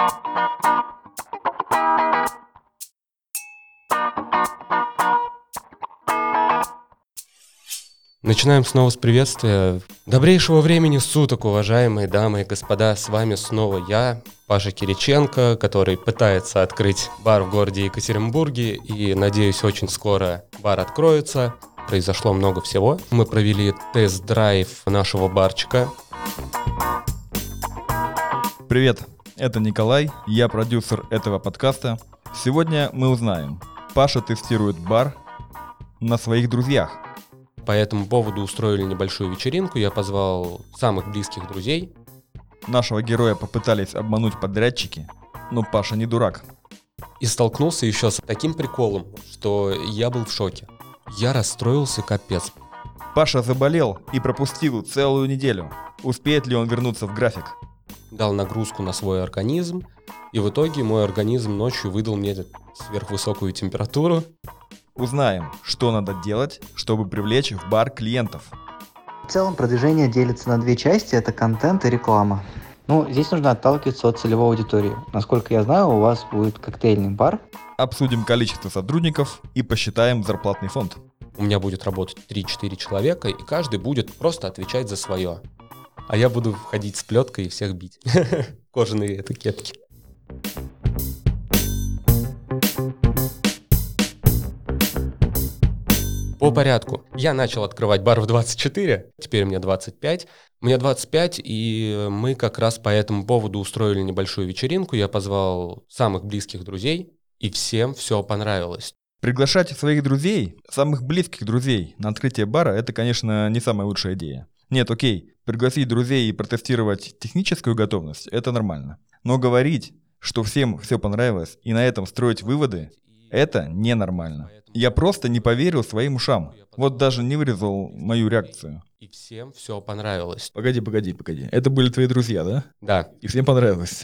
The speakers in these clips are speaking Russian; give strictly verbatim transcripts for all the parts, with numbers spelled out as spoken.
Начинаем снова с приветствия. Добрейшего времени суток, уважаемые дамы и господа. С вами снова я, Паша Кириченко, который пытается открыть бар в городе Екатеринбурге. И, надеюсь, очень скоро бар откроется. Произошло много всего. Мы провели тест-драйв нашего барчика. Привет, это Николай, я продюсер этого подкаста. Сегодня мы узнаем, Паша тестирует бар на своих друзьях. По этому поводу устроили небольшую вечеринку, я позвал самых близких друзей. Нашего героя попытались обмануть подрядчики, но Паша не дурак. И столкнулся еще с таким приколом, что я был в шоке. Я расстроился капец. Паша заболел и пропустил целую неделю. Успеет ли он вернуться в график? Дал нагрузку на свой организм, и в итоге мой организм ночью выдал мне сверхвысокую температуру. Узнаем, что надо делать, чтобы привлечь в бар клиентов. В целом продвижение делится на две части, это контент и реклама. Ну, здесь нужно отталкиваться от целевой аудитории. Насколько я знаю, у вас будет коктейльный бар. Обсудим количество сотрудников и посчитаем зарплатный фонд. У меня будет работать три-четыре человека, и каждый будет просто отвечать за свое. А я буду ходить с плеткой и всех бить. Кожаные это кепки. По порядку. Я начал открывать бар в двадцать четыре, теперь мне двадцать пять. Мне двадцать пять, и мы как раз по этому поводу устроили небольшую вечеринку. Я позвал самых близких друзей, и всем все понравилось. Приглашать своих друзей, самых близких друзей, на открытие бара – это, конечно, не самая лучшая идея. Нет, окей, пригласить друзей и протестировать техническую готовность – это нормально. Но говорить, что всем все понравилось, и на этом строить выводы – это ненормально. Я просто не поверил своим ушам. Вот даже не вырезал мою реакцию. И всем все понравилось. Погоди, погоди, погоди. Это были твои друзья, да? Да. И всем понравилось.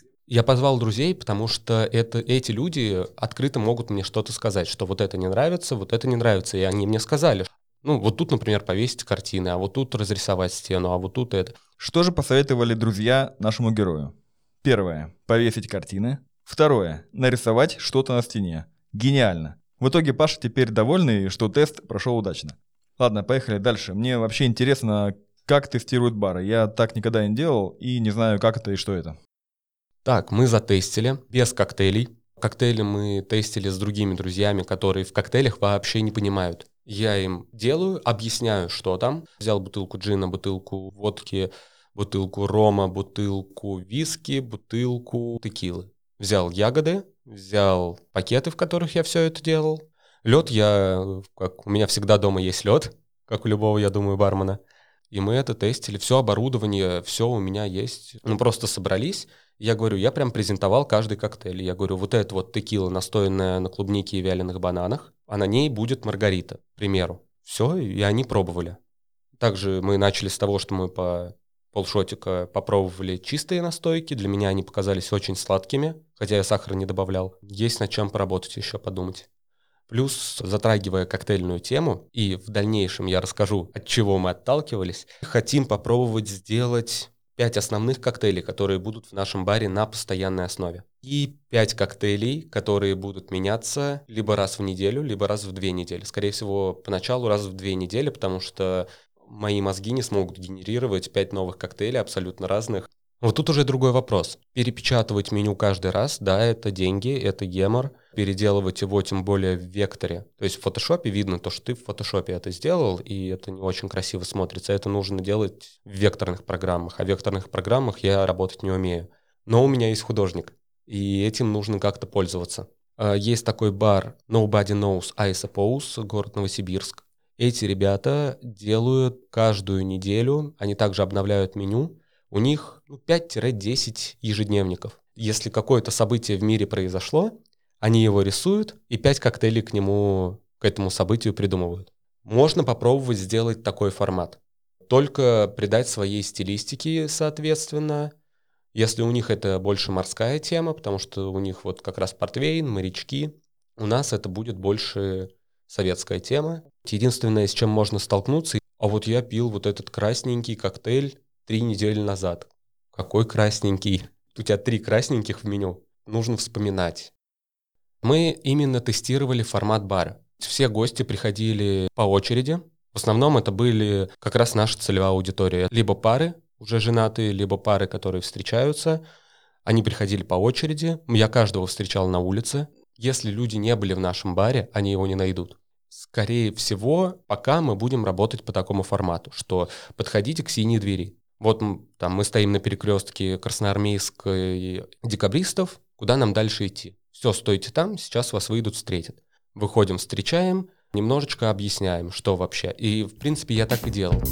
Я позвал друзей, потому что это, эти люди открыто могут мне что-то сказать, что вот это не нравится, вот это не нравится. И они мне сказали, ну вот тут, например, повесить картины, а вот тут разрисовать стену, а вот тут это. Что же посоветовали друзья нашему герою? Первое. Повесить картины. Второе. Нарисовать что-то на стене. Гениально. В итоге Паша теперь довольный, что тест прошел удачно. Ладно, поехали дальше. Мне вообще интересно, как тестируют бары. Я так никогда не делал и не знаю, как это и что это. Так, мы затестили без коктейлей. Коктейли мы тестили с другими друзьями, которые в коктейлях вообще не понимают. Я им делаю, объясняю, что там. Взял бутылку джина, бутылку водки, бутылку рома, бутылку виски, бутылку текилы. Взял ягоды, взял пакеты, в которых я все это делал. Лед я, как у меня всегда дома есть лед, как у любого, я думаю, бармена. И мы это тестили, все оборудование, все у меня есть. Мы просто собрались, я говорю, я прям презентовал каждый коктейль. Я говорю, вот это вот текила, настоянная на клубнике и вяленых бананах, а на ней будет маргарита, к примеру. Все, и они пробовали. Также мы начали с того, что мы по полшотика попробовали чистые настойки. Для меня они показались очень сладкими, хотя я сахара не добавлял. Есть над чем поработать еще, подумать. Плюс, затрагивая коктейльную тему, и в дальнейшем я расскажу, от чего мы отталкивались, хотим попробовать сделать пять основных коктейлей, которые будут в нашем баре на постоянной основе. И пять коктейлей, которые будут меняться либо раз в неделю, либо раз в две недели. Скорее всего, поначалу раз в две недели, потому что мои мозги не смогут генерировать пять новых коктейлей абсолютно разных. Вот тут уже другой вопрос. Перепечатывать меню каждый раз, да, это деньги, это гемор. Переделывать его тем более в векторе. То есть в фотошопе видно то, что ты в фотошопе это сделал, и это не очень красиво смотрится. Это нужно делать в векторных программах. А в векторных программах я работать не умею. Но у меня есть художник, и этим нужно как-то пользоваться. Есть такой бар Nobody Knows I Suppose, город Новосибирск. Эти ребята делают каждую неделю, они также обновляют меню, у них пять-десять ежедневников. Если какое-то событие в мире произошло, они его рисуют и пять коктейлей к нему, к этому событию придумывают. Можно попробовать сделать такой формат. Только придать своей стилистике, соответственно. Если у них это больше морская тема, потому что у них вот как раз портвейн, морячки, у нас это будет больше советская тема. Единственное, с чем можно столкнуться, а вот я пил вот этот красненький коктейль три недели назад. Какой красненький? у тебя три красненьких в меню, нужно вспоминать. Мы именно тестировали формат бара. Все гости приходили по очереди. В основном это были как раз наша целевая аудитория. Либо пары, уже женатые, либо пары, которые встречаются. Они приходили по очереди. Я каждого встречал на улице. Если люди не были в нашем баре, они его не найдут. Скорее всего, пока мы будем работать по такому формату, что подходите к синей двери. Вот там мы стоим на перекрестке Красноармейской и Декабристов. Куда нам дальше идти? Все, стойте там, сейчас вас выйдут, встретят. Выходим, встречаем, немножечко объясняем, что вообще. И, в принципе, я так и делал.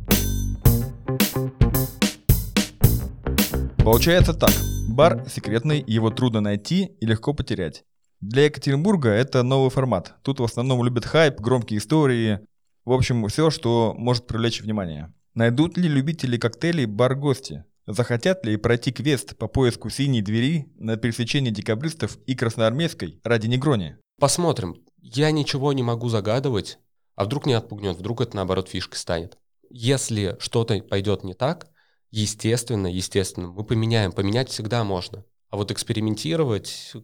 Получается так. Бар секретный, его трудно найти и легко потерять. Для Екатеринбурга это новый формат. Тут в основном любят хайп, громкие истории. В общем, все, что может привлечь внимание. Найдут ли любители коктейлей бар-гости? Захотят ли пройти квест по поиску синей двери на пересечении Декабристов и Красноармейской ради Негрони? Посмотрим. Я ничего не могу загадывать, а вдруг не отпугнет, вдруг это наоборот фишкой станет. Если что-то пойдет не так, естественно, естественно, мы поменяем. Поменять всегда можно. А вот экспериментировать...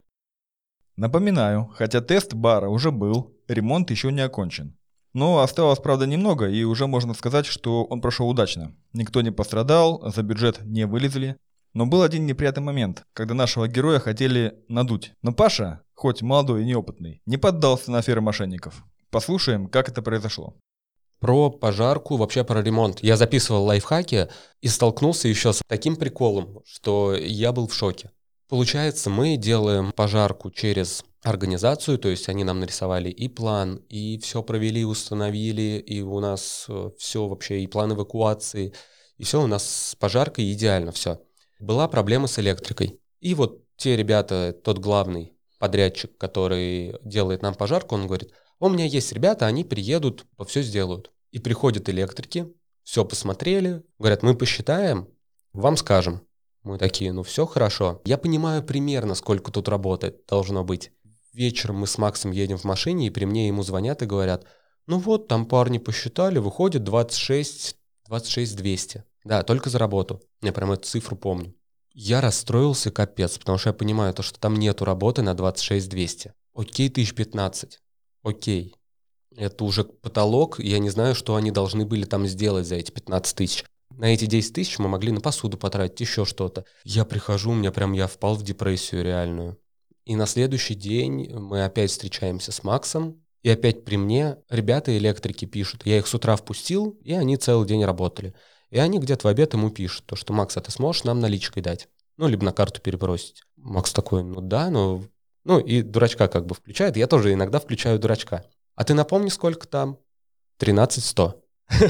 Напоминаю, хотя тест бара уже был, ремонт еще не окончен. Но осталось, правда, немного, и уже можно сказать, что он прошел удачно. Никто не пострадал, за бюджет не вылезли. Но был один неприятный момент, когда нашего героя хотели надуть. Но Паша, хоть молодой и неопытный, не поддался на аферы мошенников. Послушаем, как это произошло. Про пожарку, вообще про ремонт. Я записывал лайфхаки и столкнулся еще с таким приколом, что я был в шоке. Получается, мы делаем пожарку через организацию, то есть они нам нарисовали и план, и все провели, установили, и у нас все вообще, и план эвакуации, и все у нас с пожаркой идеально все. Была проблема с электрикой. И вот те ребята, тот главный подрядчик, который делает нам пожарку, он говорит: у меня есть ребята, они приедут, все сделают. И приходят электрики, все посмотрели, говорят: мы посчитаем, вам скажем. Мы такие: ну все хорошо. Я понимаю примерно, сколько тут работает должно быть. Вечером мы с Максом едем в машине, и при мне ему звонят и говорят: ну вот, там парни посчитали, выходит двадцать шесть двести. Да, только за работу. Я прям эту цифру помню. Я расстроился капец, потому что я понимаю, то, что там нету работы на двадцать шесть двести. Окей, тысяч пятнадцать. Окей. Это уже потолок, я не знаю, что они должны были там сделать за эти пятнадцать тысяч. На эти десять тысяч мы могли на посуду потратить, еще что-то. Я прихожу, у меня прям, я впал в депрессию реальную. И на следующий день мы опять встречаемся с Максом, и опять при мне ребята-электрики пишут. Я их с утра впустил, и они целый день работали. И они где-то в обед ему пишут, то, что: Макс, а ты сможешь нам наличкой дать? Ну, либо на карту перебросить. Макс такой: ну да, ну... Ну, и дурачка как бы включает. Я тоже иногда включаю дурачка. А ты напомни, сколько там? тринадцать сто.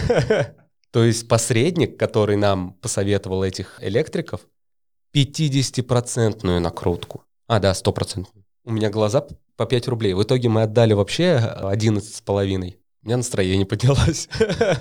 То есть посредник, который нам посоветовал этих электриков, пятидесятипроцентную накрутку. А, да, сто процентов. У меня глаза по пять рублей. В итоге мы отдали вообще одиннадцать с половиной. У меня настроение поднялось.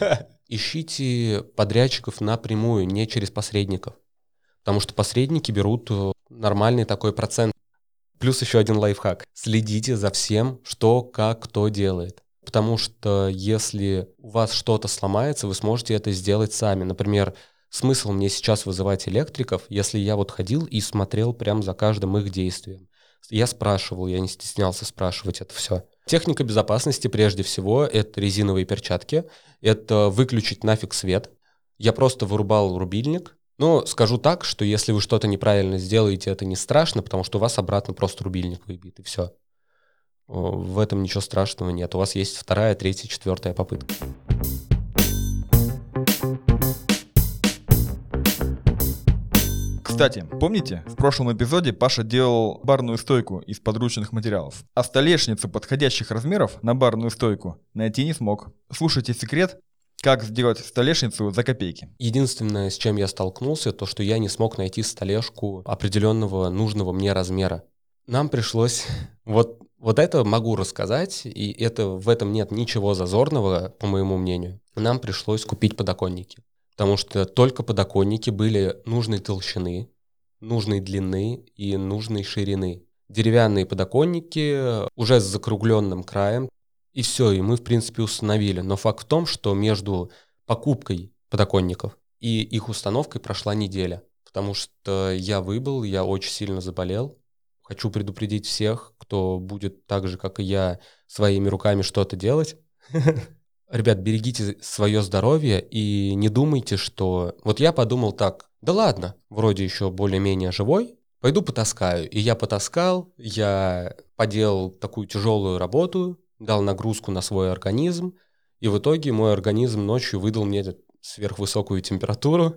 Ищите подрядчиков напрямую, не через посредников. Потому что посредники берут нормальный такой процент. Плюс еще один лайфхак. Следите за всем, что, как, кто делает. Потому что если у вас что-то сломается, вы сможете это сделать сами. Например, смысл мне сейчас вызывать электриков, если я вот ходил и смотрел прям за каждым их действием. Я спрашивал, я не стеснялся спрашивать это все. Техника безопасности прежде всего — это резиновые перчатки, это выключить нафиг свет. Я просто вырубал рубильник. Но скажу так, что если вы что-то неправильно сделаете, это не страшно, потому что у вас обратно просто рубильник выбит, и все. В этом ничего страшного нет. У вас есть вторая, третья, четвертая попытка. Кстати, помните, в прошлом эпизоде Паша делал барную стойку из подручных материалов, а столешницу подходящих размеров на барную стойку найти не смог. Слушайте секрет, как сделать столешницу за копейки. Единственное, с чем я столкнулся, то, что я не смог найти столешку определенного нужного мне размера. Нам пришлось... Вот, вот это могу рассказать, и это, в этом нет ничего зазорного, по моему мнению. Нам пришлось купить подоконники. Потому что только подоконники были нужной толщины, нужной длины и нужной ширины. Деревянные подоконники уже с закругленным краем. И все, и мы, в принципе, установили. Но факт в том, что между покупкой подоконников и их установкой прошла неделя. потому что я выбыл, я очень сильно заболел. Хочу предупредить всех, кто будет так же, как и я, своими руками что-то делать. Ребят, берегите свое здоровье и не думайте, что... Вот я подумал так, да ладно, вроде еще более-менее живой, пойду потаскаю. И я потаскал, я поделал такую тяжелую работу, дал нагрузку на свой организм, и в итоге мой организм ночью выдал мне сверхвысокую температуру.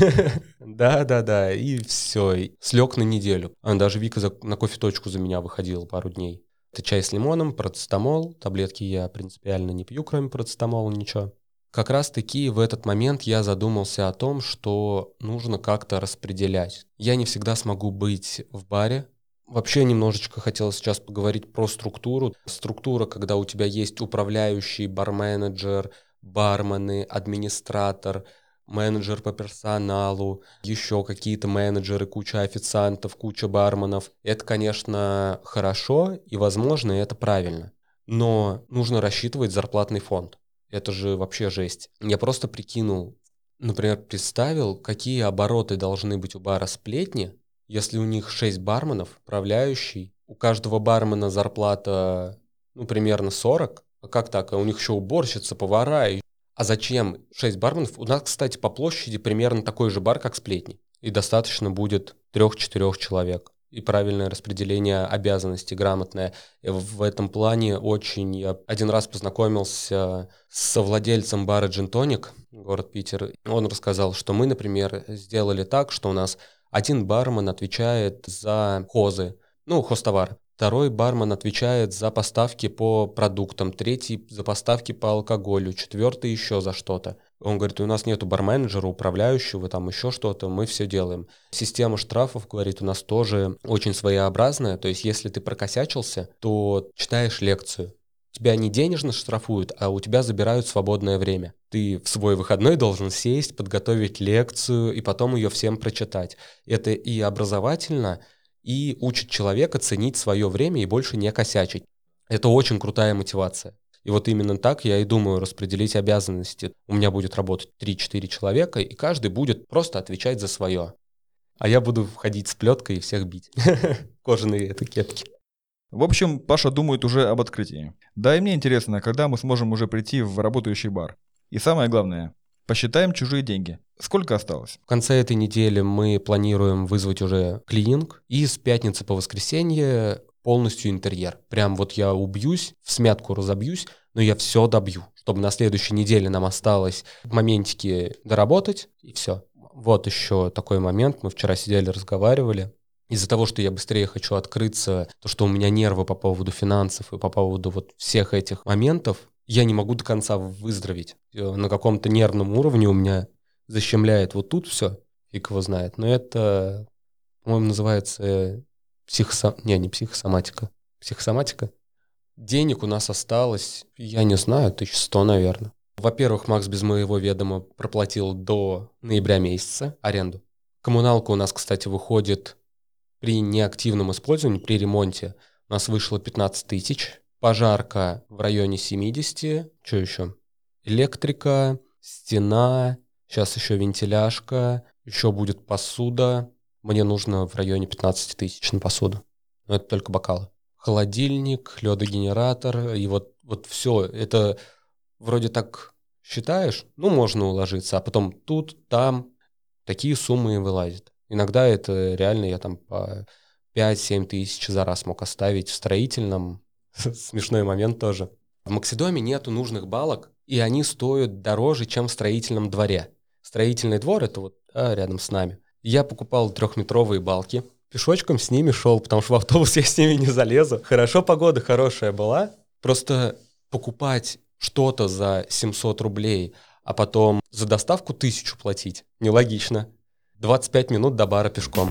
Да-да-да, и все, слег на неделю. Даже Вика на кофе-точку за меня выходила пару дней. Это чай с лимоном, парацетамол. Таблетки я принципиально не пью, кроме парацетамола, ничего. Как раз-таки в этот момент я задумался о том, что нужно как-то распределять. Я не всегда смогу быть в баре. Вообще немножечко хотел сейчас поговорить про структуру. Структура, когда у тебя есть управляющий, бар-менеджер, бармены, администратор, менеджер по персоналу, еще какие-то менеджеры, куча официантов, куча барменов. Это, конечно, хорошо и, возможно, это правильно. Но нужно рассчитывать зарплатный фонд. Это же вообще жесть. Я просто прикинул, например, представил, какие обороты должны быть у бара «Сплетни», если у них шесть барменов, управляющий, у каждого бармена зарплата, ну, примерно сорок. А как так? А у них еще уборщица, повара. А зачем шесть барменов? У нас, кстати, по площади примерно такой же бар, как «Сплетни». И достаточно будет трех-четырех человек. И правильное распределение обязанностей, грамотное. И в этом плане очень... Я один раз познакомился с владельцем бара «Джин Тоник», город Питер. Он рассказал, что мы, например, сделали так, что у нас один бармен отвечает за хозы, ну, хозтовар. Второй бармен отвечает за поставки по продуктам, третий за поставки по алкоголю, четвертый еще за что-то. Он говорит, у нас нету барменеджера, управляющего, там еще что-то, мы все делаем. Система штрафов, говорит, у нас тоже очень своеобразная, то есть если ты прокосячился, то читаешь лекцию. Тебя не денежно штрафуют, а у тебя забирают свободное время. Ты в свой выходной должен сесть, подготовить лекцию и потом ее всем прочитать. Это и образовательно, и учит человека ценить свое время и больше не косячить. Это очень крутая мотивация. И вот именно так я и думаю распределить обязанности. У меня будет работать три-четыре человека, и каждый будет просто отвечать за свое. А я буду ходить с плеткой и всех бить. Кожаные этикетки. В общем, Паша думает уже об открытии. Да, и мне интересно, когда мы сможем уже прийти в работающий бар. И самое главное, посчитаем чужие деньги. Сколько осталось? В конце этой недели мы планируем вызвать уже клининг. И с пятницы по воскресенье полностью интерьер. Прям вот я убьюсь, в смятку разобьюсь, но я все добью. Чтобы на следующей неделе нам осталось в моментике доработать, и все. Вот еще такой момент. Мы вчера сидели, разговаривали. Из-за того, что я быстрее хочу открыться, то, что у меня нервы по поводу финансов и по поводу вот всех этих моментов, я не могу до конца выздороветь. На каком-то нервном уровне у меня защемляет вот тут все, фиг его знает. Но это, по-моему, называется психосом... Не, не психосоматика. Психосоматика. Денег у нас осталось, я не знаю, тысяч сто, наверное. Во-первых, Макс без моего ведома проплатил до ноября месяца аренду. Коммуналка у нас, кстати, выходит... При неактивном использовании, при ремонте у нас вышло пятнадцать тысяч. Пожарка в районе семьдесят. Что еще? Электрика, стена, сейчас еще вентиляшка, еще будет посуда. Мне нужно в районе пятнадцать тысяч на посуду. Но это только бокалы. Холодильник, ледогенератор. И вот, вот все. Это вроде так считаешь, ну, можно уложиться. А потом тут, там такие суммы вылазят. Иногда это реально я там по пять-семь тысяч за раз мог оставить в строительном. Смешной момент тоже. В Максидоме нету нужных балок, и они стоят дороже, чем в строительном дворе. Строительный двор — это вот а, рядом с нами. Я покупал трехметровые балки, пешочком с ними шел, потому что в автобус я с ними не залезу. Хорошо, погода хорошая была. Просто покупать что-то за семьсот рублей, а потом за доставку тысячу платить — нелогично. двадцать пять минут до бара пешком.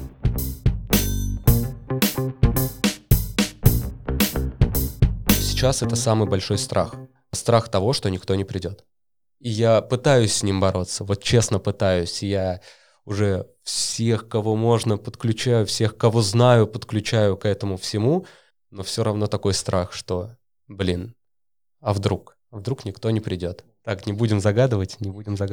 Сейчас это самый большой страх. Страх того, что никто не придет. И я пытаюсь с ним бороться, вот честно пытаюсь. Я уже всех, кого можно, подключаю, всех, кого знаю, подключаю к этому всему. Но все равно такой страх, что, блин, а вдруг? А вдруг никто не придет? Так, не будем загадывать, не будем загадывать.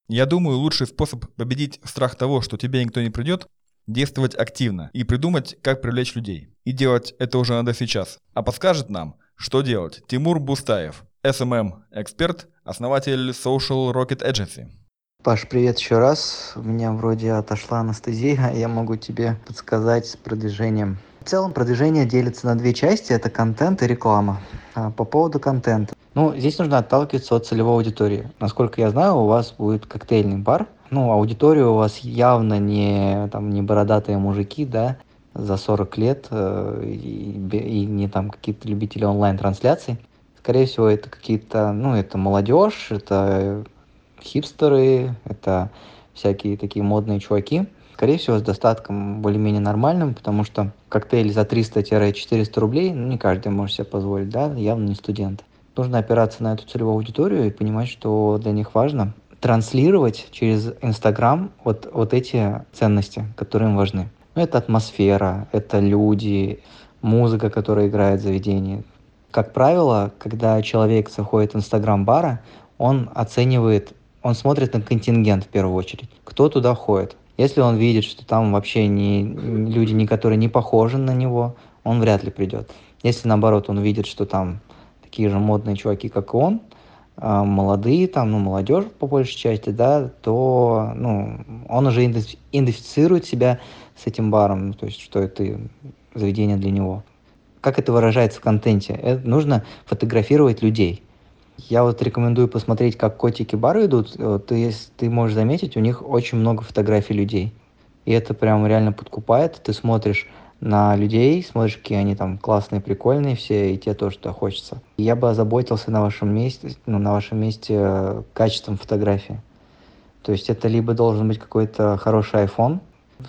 Я думаю, лучший способ победить страх того, что тебе никто не придет, действовать активно и придумать, как привлечь людей. И делать это уже надо сейчас. А подскажет нам, что делать, Тимур Бустаев, эс эм эм-эксперт, основатель Social Rocket Agency. Паш, привет еще раз. У меня вроде отошла анестезия, я могу тебе подсказать с продвижением. В целом продвижение делится на две части, это контент и реклама. А по поводу контента. Ну, здесь нужно отталкиваться от целевой аудитории. Насколько я знаю, у вас будет коктейльный бар. Ну, аудитория у вас явно не, там, не бородатые мужики, да, за сорок лет, э, и, и не там какие-то любители онлайн-трансляций. Скорее всего, это какие-то, ну, это молодежь, это хипстеры, это всякие такие модные чуваки. Скорее всего, с достатком более-менее нормальным, потому что коктейль за триста-четыреста рублей, ну, не каждый может себе позволить, да, явно не студент. Нужно опираться на эту целевую аудиторию и понимать, что для них важно транслировать через Инстаграм вот, вот эти ценности, которые им важны. Ну, это атмосфера, это люди, музыка, которая играет в заведении. Как правило, когда человек заходит в Инстаграм бара, он оценивает, он смотрит на контингент в первую очередь, кто туда ходит. Если он видит, что там вообще не, люди, не, которые не похожи на него, он вряд ли придет. Если наоборот он видит, что там такие же модные чуваки, как и он, молодые, там, ну, молодежь по большей части, да, то, ну, он уже идентифицирует себя с этим баром, то есть, что это заведение для него. Как это выражается в контенте? Это нужно фотографировать людей. Я вот рекомендую посмотреть, как котики бары идут. Ты, ты можешь заметить, у них очень много фотографий людей. И это прям реально подкупает. Ты смотришь на людей, смотришь, какие они там классные, прикольные все, и тебе тоже туда хочется. Я бы озаботился на вашем месте, ну, на вашем месте качеством фотографии. То есть это либо должен быть какой-то хороший iPhone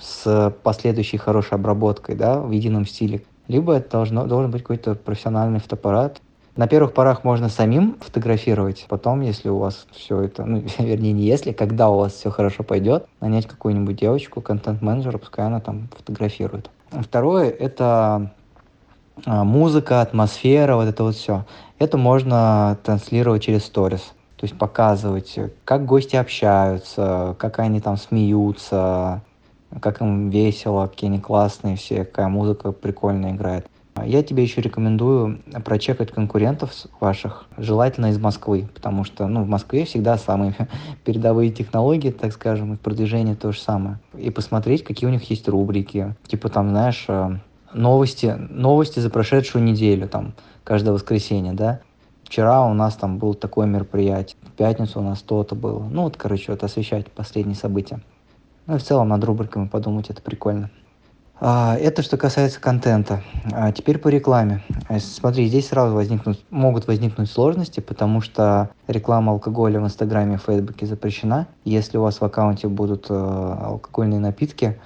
с последующей хорошей обработкой, да, в едином стиле, либо это должно, должен быть какой-то профессиональный фотоаппарат. На первых порах можно самим фотографировать, потом, если у вас все это, ну, вернее, не если, когда у вас все хорошо пойдет, нанять какую-нибудь девочку, контент-менеджера, пускай она там фотографирует. Второе – это музыка, атмосфера, вот это вот все. Это можно транслировать через сторис. То есть показывать, как гости общаются, как они там смеются, как им весело, какие они классные все, какая музыка прикольно играет. Я тебе еще рекомендую прочекать конкурентов ваших, желательно из Москвы, потому что, ну, в Москве всегда самые передовые технологии, так скажем, и продвижение то же самое. И посмотреть, какие у них есть рубрики, типа там, знаешь, новости, новости за прошедшую неделю, там, каждое воскресенье, да. Вчера у нас там было такое мероприятие, в пятницу у нас то-то было. Ну, вот, короче, вот освещать последние события. Ну и в целом над рубриками подумать, это прикольно. Это что касается контента. А теперь по рекламе. Смотри, здесь сразу возникнут, могут возникнуть сложности, потому что реклама алкоголя в Инстаграме и Фейсбуке запрещена. Если у вас в аккаунте будут алкогольные напитки,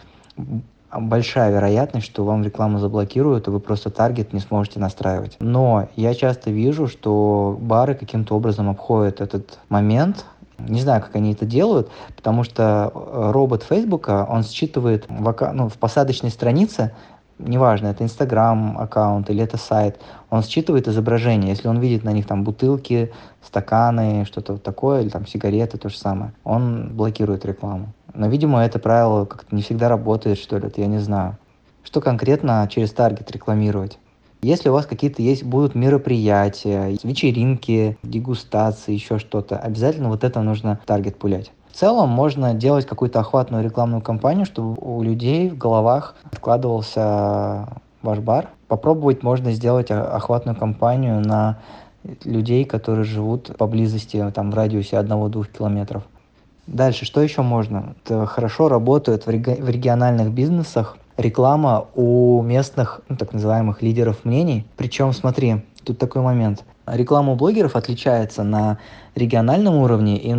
большая вероятность, что вам рекламу заблокируют, и вы просто таргет не сможете настраивать. Но я часто вижу, что бары каким-то образом обходят этот момент. Не знаю, как они это делают, потому что робот Фейсбука, он считывает в, ну, в посадочной странице, неважно, это Инстаграм аккаунт или это сайт, он считывает изображение. Если он видит на них там бутылки, стаканы, что-то вот такое, или там сигареты, то же самое, он блокирует рекламу. Но, видимо, это правило как-то не всегда работает, что ли, это я не знаю. Что конкретно через таргет рекламировать? Если у вас какие-то есть будут мероприятия, вечеринки, дегустации, еще что-то, обязательно вот это нужно таргет пулять. В целом можно делать какую-то охватную рекламную кампанию, чтобы у людей в головах откладывался ваш бар. Попробовать можно сделать охватную кампанию на людей, которые живут поблизости, там, в радиусе одного-двух километров. Дальше, что еще можно? Это хорошо работает в региональных бизнесах реклама у местных, ну, так называемых лидеров мнений. Причем, смотри, тут такой момент. Реклама у блогеров отличается на региональном уровне и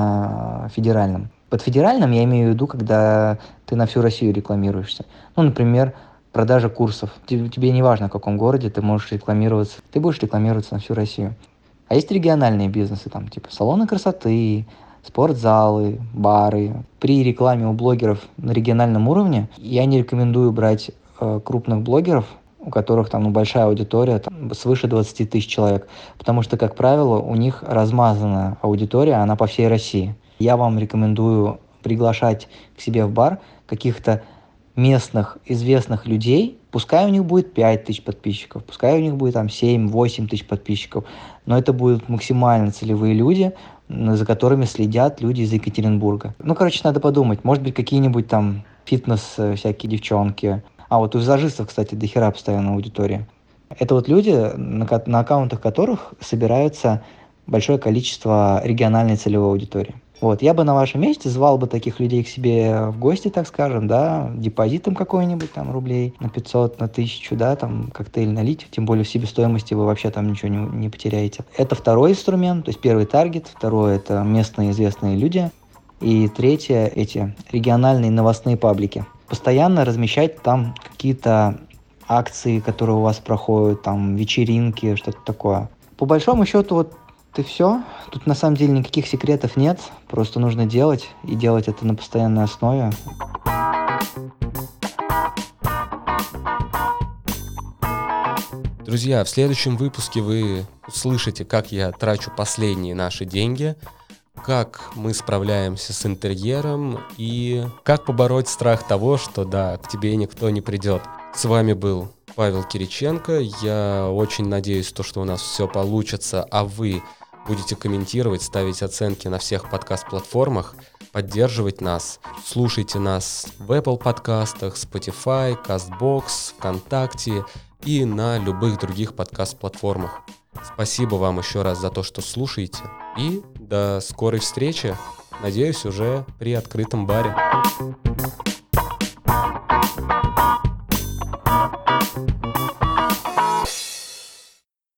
на федеральном. Под федеральным я имею в виду, когда ты на всю Россию рекламируешься. Ну, например, продажа курсов. Тебе не важно, в каком городе ты можешь рекламироваться. Ты будешь рекламироваться на всю Россию. А есть региональные бизнесы, там, типа салоны красоты, спортзалы, бары. При рекламе у блогеров на региональном уровне я не рекомендую брать э, крупных блогеров, у которых там, ну, большая аудитория, там, свыше двадцать тысяч человек, потому что, как правило, у них размазанная аудитория, она по всей России. Я вам рекомендую приглашать к себе в бар каких-то местных известных людей, пускай у них будет пять тысяч подписчиков, пускай у них будет там семь-восемь тысяч подписчиков, но это будут максимально целевые люди, за которыми следят люди из Екатеринбурга. Ну, короче, надо подумать, может быть, какие-нибудь там фитнес всякие девчонки. А вот у визажистов, кстати, дохера постоянно аудитория. Это вот люди, на, на аккаунтах которых собирается большое количество региональной целевой аудитории. Вот, я бы на вашем месте звал бы таких людей к себе в гости, так скажем, да, депозитом какой-нибудь там рублей на пятьсот, на тысячу, да, там коктейль налить, тем более в себестоимости вы вообще там ничего не, не потеряете. Это второй инструмент, то есть первый таргет, второй это местные известные люди, и третье эти региональные новостные паблики. Постоянно размещать там какие-то акции, которые у вас проходят, там вечеринки, что-то такое. По большому счету вот это все. Тут на самом деле никаких секретов нет. Просто нужно делать. И делать это на постоянной основе. Друзья, в следующем выпуске вы услышите, как я трачу последние наши деньги, как мы справляемся с интерьером и как побороть страх того, что да, к тебе никто не придет. С вами был Павел Кириченко. Я очень надеюсь, то, что у нас все получится, а вы будете комментировать, ставить оценки на всех подкаст-платформах, поддерживать нас. Слушайте нас в Apple подкастах, Spotify, CastBox, ВКонтакте и на любых других подкаст-платформах. Спасибо вам еще раз за то, что слушаете. И до скорой встречи, надеюсь, уже при открытом баре.